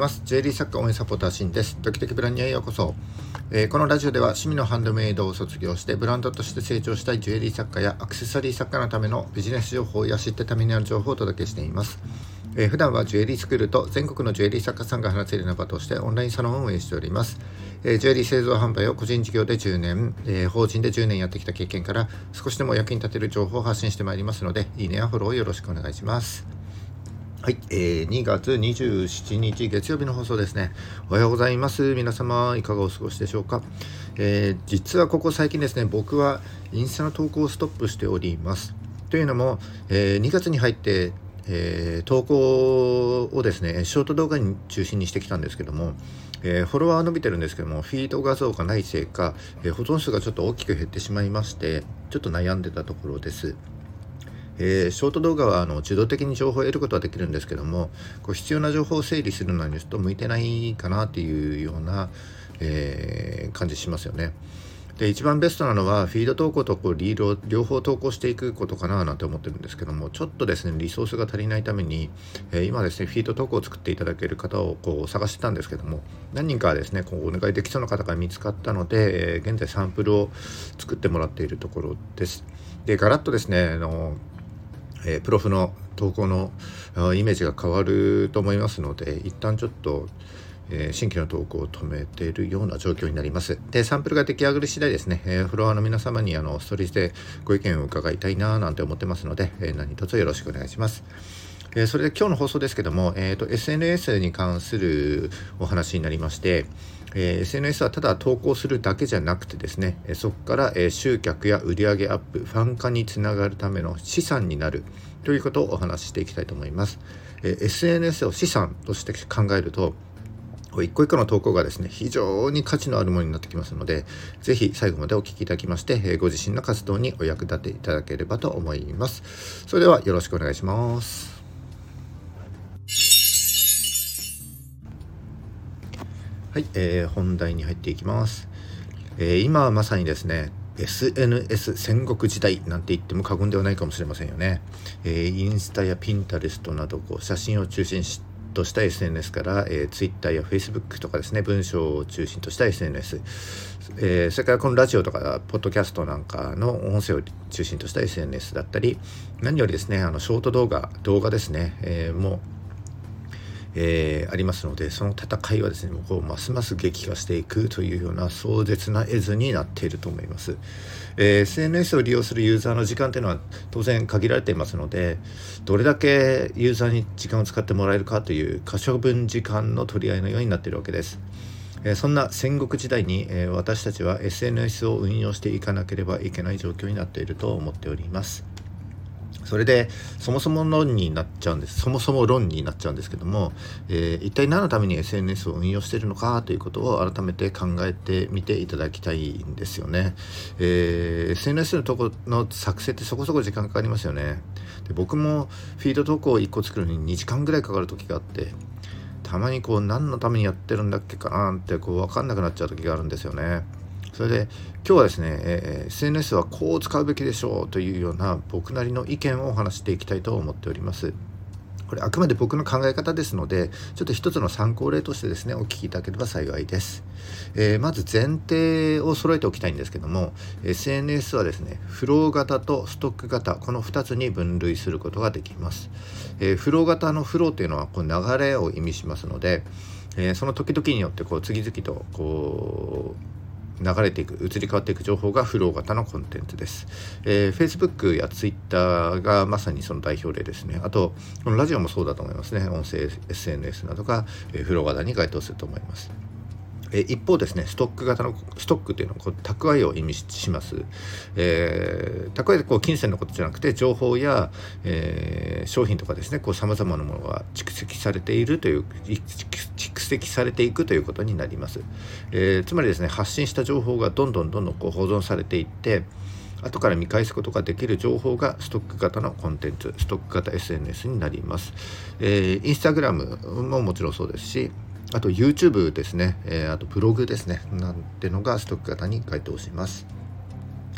ます。ジュエリー作家応援サポーターシンです。ドキドキブランニュへようこそ。このラジオでは趣味のハンドメイドを卒業してブランドとして成長したいジュエリー作家やアクセサリー作家のためのビジネス情報や知ってためになる情報をお届けしています。普段はジュエリースクールと全国のジュエリー作家さんが話せるような場としてオンラインサロンを運営しております。ジュエリー製造販売を個人事業で10年、法人で10年やってきた経験から少しでも役に立てる情報を発信してまいりますので、いいねやフォローよろしくお願いします。はい、2月27日月曜日の放送ですね。おはようございます。皆様いかがお過ごしでしょうか。実はここ最近ですね、僕はインスタの投稿をストップしております。というのも、2月に入って、投稿をですねショート動画に中心にしてきたんですけども、フォロワーは伸びてるんですけども、フィード画像がないせいか、保存数がちょっと大きく減ってしまいまして、ちょっと悩んでたところです。ショート動画は自動的に情報を得ることはできるんですけども、必要な情報を整理するのにちょっと向いてないかなっていうような、感じしますよね。で、一番ベストなのはフィード投稿とリールを両方投稿していくことかななんて思ってるんですけども、ちょっとですねリソースが足りないために、今ですねフィード投稿を作っていただける方を探してたんですけども、何人かですねお願いできそうな方が見つかったので、現在サンプルを作ってもらっているところです。で、ガラッとですねプロフの投稿のイメージが変わると思いますので、一旦ちょっと、新規の投稿を止めているような状況になります。で、サンプルが出来上がり次第ですね、フォロワーの皆様にストーリーズでご意見を伺いたいななんて思ってますので、何卒よろしくお願いします。それで今日の放送ですけども、SNS に関するお話になりまして、SNS はただ投稿するだけじゃなくてですね、そこから、集客や売上アップ、ファン化につながるための資産になるということをお話ししていきたいと思います。SNS を資産として考えると、一個一個の投稿がですね非常に価値のあるものになってきますので、ぜひ最後までお聞きいただきまして、ご自身の活動にお役立ていただければと思います。それではよろしくお願いします。はい、本題に入っていきます。今はまさにですね SNS 戦国時代なんて言っても過言ではないかもしれませんよね。インスタやピンタレストなど写真を中心とした SNS から、Twitter や Facebook とかですね、文章を中心とした SNS、それからこのラジオとかポッドキャストなんかの音声を中心とした SNS だったり、何よりですねショート動画ですね、もうありますので、その戦いはですねもうますます激化していくというような壮絶な絵図になっていると思います。SNS を利用するユーザーの時間というのは当然限られていますので、どれだけユーザーに時間を使ってもらえるかという可処分時間の取り合いのようになっているわけです。そんな戦国時代に、私たちは SNS を運用していかなければいけない状況になっていると思っております。それでそもそも論になっちゃうんですけども、一体何のために SNS を運用しているのかということを改めて考えてみていただきたいんですよね。SNS のとこの作成ってそこそこ時間かかりますよね。で、僕もフィード投稿を1個作るのに2時間ぐらいかかる時があって、たまに何のためにやってるんだっけかなって分かんなくなっちゃう時があるんですよね。それで今日はですね、SNS はこう使うべきでしょうというような僕なりの意見をお話していきたいと思っております。これあくまで僕の考え方ですので、ちょっと一つの参考例としてですねお聞きいただければ幸いです。まず前提を揃えておきたいんですけども、 SNS はですねフロー型とストック型、この2つに分類することができます。フロー型のフローというのは流れを意味しますので、その時々によって次々と流れていく、移り変わっていく情報がフロー型のコンテンツです。Facebook や Twitter がまさにその代表例ですね。あとこのラジオもそうだと思いますね。音声 SNS などが、フロー型に該当すると思います。一方ですね、ストック型のストックというのは蓄えを意味します。蓄え金銭のことじゃなくて情報や、商品とかですねさまざまなものが蓄積されていくということになります。つまりですね発信した情報がどんどん保存されていって、後から見返すことができる情報がストック型のコンテンツ、ストック型 SNS になります。インスタグラムももちろんそうですし、あと YouTube ですね、あとブログですねなんてのがストック型に該当します。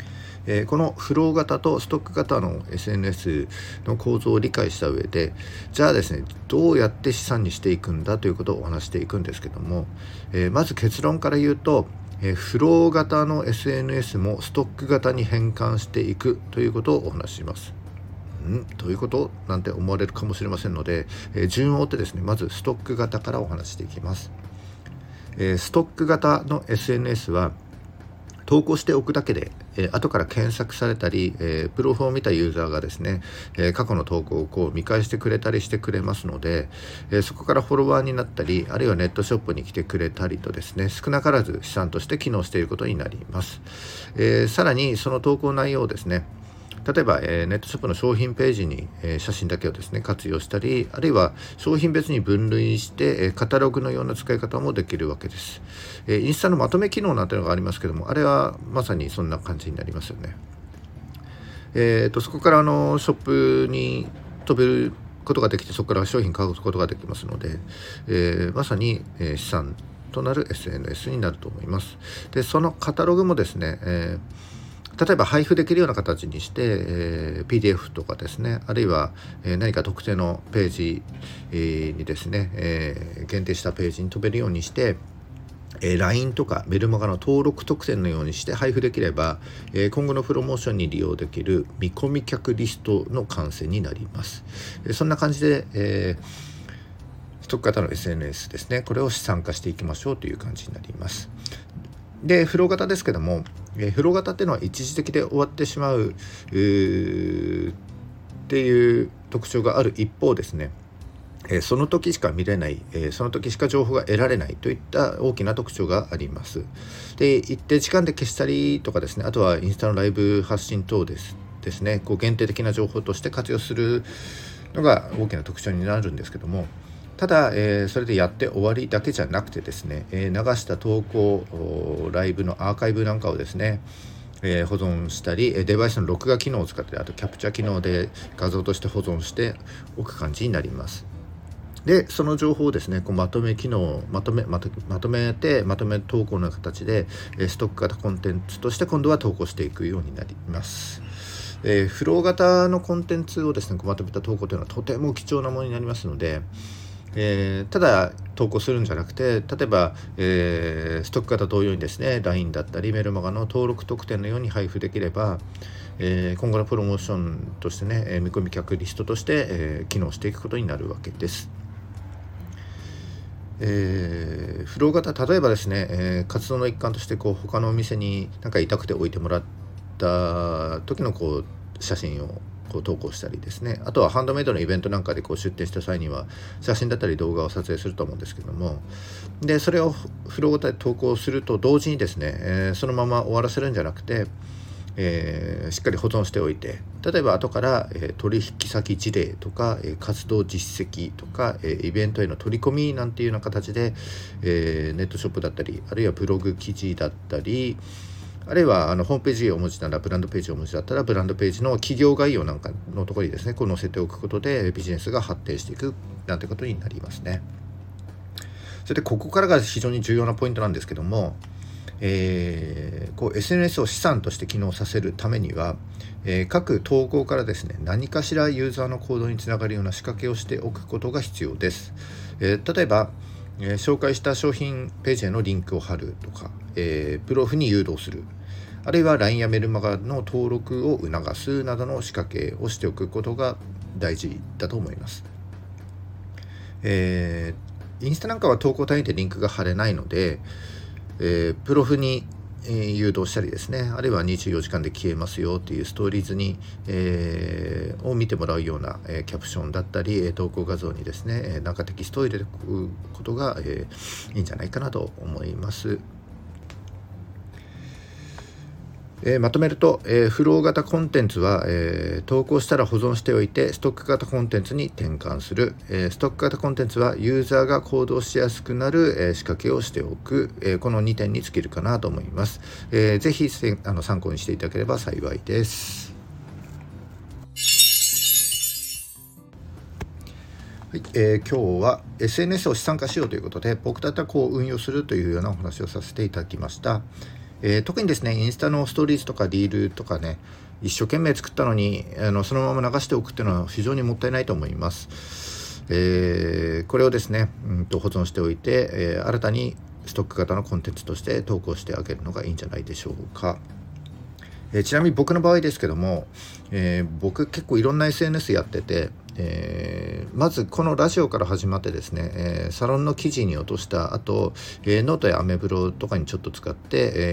このフロー型とストック型の SNS の構造を理解した上で、じゃあですね、どうやって資産にしていくんだということをお話していくんですけども、まず結論から言うと、フロー型の SNS もストック型に変換していくということをお話しします。どういうことなんて思われるかもしれませんので、順を追ってですね、まずストック型からお話していきます。ストック型の SNS は投稿しておくだけで、後から検索されたり、プロフを見たユーザーがですね、過去の投稿を見返してくれたりしてくれますので、そこからフォロワーになったり、あるいはネットショップに来てくれたりとですね、少なからず資産として機能していることになります。さらにその投稿内容をですね、例えば、ネットショップの商品ページに、写真だけをですね活用したり、あるいは商品別に分類して、カタログのような使い方もできるわけです。インスタのまとめ機能なんていうのがありますけども、あれはまさにそんな感じになりますよね。そこからショップに飛べることができて、そこから商品買うことができますので、まさに、資産となる SNS になると思います。で、そのカタログもですね、例えば配布できるような形にして、PDF とかですね、あるいは、何か特定のページ、にですね、限定したページに飛べるようにして、LINE とかメルマガの登録特典のようにして配布できれば、今後のプロモーションに利用できる見込み客リストの完成になります。そんな感じで、ストック型の SNS ですね、これを資産化していきましょうという感じになります。で、フロー型ですけども、フロー型っていうのは一時的で終わってしまうっていう特徴がある一方ですね、その時しか見れない、その時しか情報が得られないといった大きな特徴があります。で、一定時間で消したりとかですね、あとはインスタのライブ発信等ですね、限定的な情報として活用するのが大きな特徴になるんですけども、ただ、それでやって終わりだけじゃなくてですね、流した投稿、ライブのアーカイブなんかをですね、保存したり、デバイスの録画機能を使って、あとキャプチャ機能で画像として保存しておく感じになります。で、その情報をですね、まとめ機能まとめ投稿の形で、ストック型コンテンツとして今度は投稿していくようになります。フロー型のコンテンツをですねまとめた投稿というのはとても貴重なものになりますので、ただ投稿するんじゃなくて、例えば、ストック型同様にですね LINE だったりメルマガの登録特典のように配布できれば、今後のプロモーションとしてね、見込み客リストとして、機能していくことになるわけです。フロー型、例えばですね、活動の一環として他のお店になんか痛くて置いてもらった時の写真を投稿したりですね、あとはハンドメイドのイベントなんかで出店した際には写真だったり動画を撮影すると思うんですけども、でそれをフロー型で投稿すると同時にですね、そのまま終わらせるんじゃなくて、しっかり保存しておいて、例えば後から、取引先事例とか、活動実績とか、イベントへの取り込みなんていうような形で、ネットショップだったり、あるいはブログ記事だったり、あるいはホームページをお持ちならブランドページをお持ちだったらブランドページの企業概要なんかのところにですね載せておくことでビジネスが発展していくなんてことになりますね。それでここからが非常に重要なポイントなんですけども、SNS を資産として機能させるためには、各投稿からですね何かしらユーザーの行動につながるような仕掛けをしておくことが必要です。例えば、紹介した商品ページへのリンクを貼るとか、プロフに誘導する、あるいは LINE やメルマガの登録を促すなどの仕掛けをしておくことが大事だと思います。インスタなんかは投稿単位でリンクが貼れないので、プロフに誘導したりですね、あるいは24時間で消えますよっていうストーリーズに、を見てもらうような、キャプションだったり、投稿画像にですね中テキストを入れることが、いいんじゃないかなと思います。まとめると、フロー型コンテンツは、投稿したら保存しておいてストック型コンテンツに転換する、ストック型コンテンツはユーザーが行動しやすくなる、仕掛けをしておく、この2点に尽きるかなと思います。ぜひ参考にしていただければ幸いです。はい、今日は SNS を資産化しようということで僕たちはこう運用するというようなお話をさせていただきました。 特にですね、インスタのストーリーズとかリールとかね、一生懸命作ったのにそのまま流しておくっていうのは非常にもったいないと思います。これをですね、保存しておいて、新たにストック型のコンテンツとして投稿してあげるのがいいんじゃないでしょうか。ちなみに僕の場合ですけども、僕結構いろんな SNS やってて、まずこのラジオから始まってですね、サロンの記事に落とした後、ノートやアメブロとかにちょっと使って、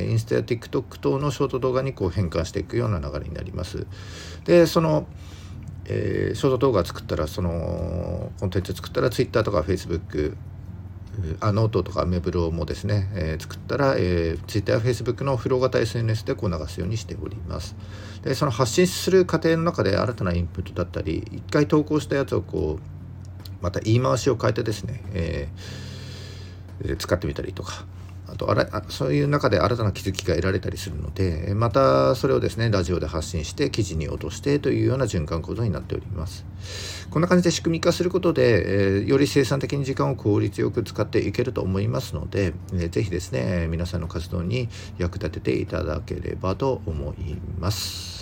インスタや TikTok 等のショート動画にこう変換していくような流れになります。でそのショート動画作ったら、そのコンテンツ作ったら Twitter とか Facebook、ノートとかアメブロもですね、作ったら、Twitter や Facebook のフロー型 SNS でこう流すようにしております。でその発信する過程の中で新たなインプットだったり、一回投稿したやつをこうまた言い回しを変えてですね、使ってみたりとか、あとそういう中で新たな気づきが得られたりするので、またそれをですねラジオで発信して記事に落としてというような循環構造になっております。こんな感じで仕組み化することで、より生産的に時間を効率よく使っていけると思いますので、ぜひですね皆さんの活動に役立てていただければと思います。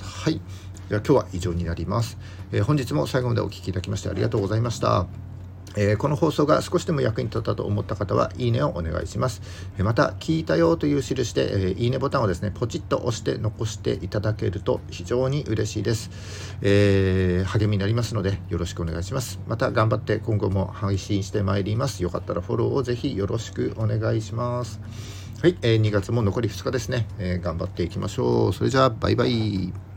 はい、では今日は以上になります。本日も最後までお聞きいただきましてありがとうございました。この放送が少しでも役に立ったと思った方はいいねをお願いします。また聞いたよという印で、いいねボタンをですねポチッと押して残していただけると非常に嬉しいです。励みになりますのでよろしくお願いします。また頑張って今後も配信してまいります。よかったらフォローをぜひよろしくお願いします。はい、2月も残り2日ですね、頑張っていきましょう。それじゃあバイバイ。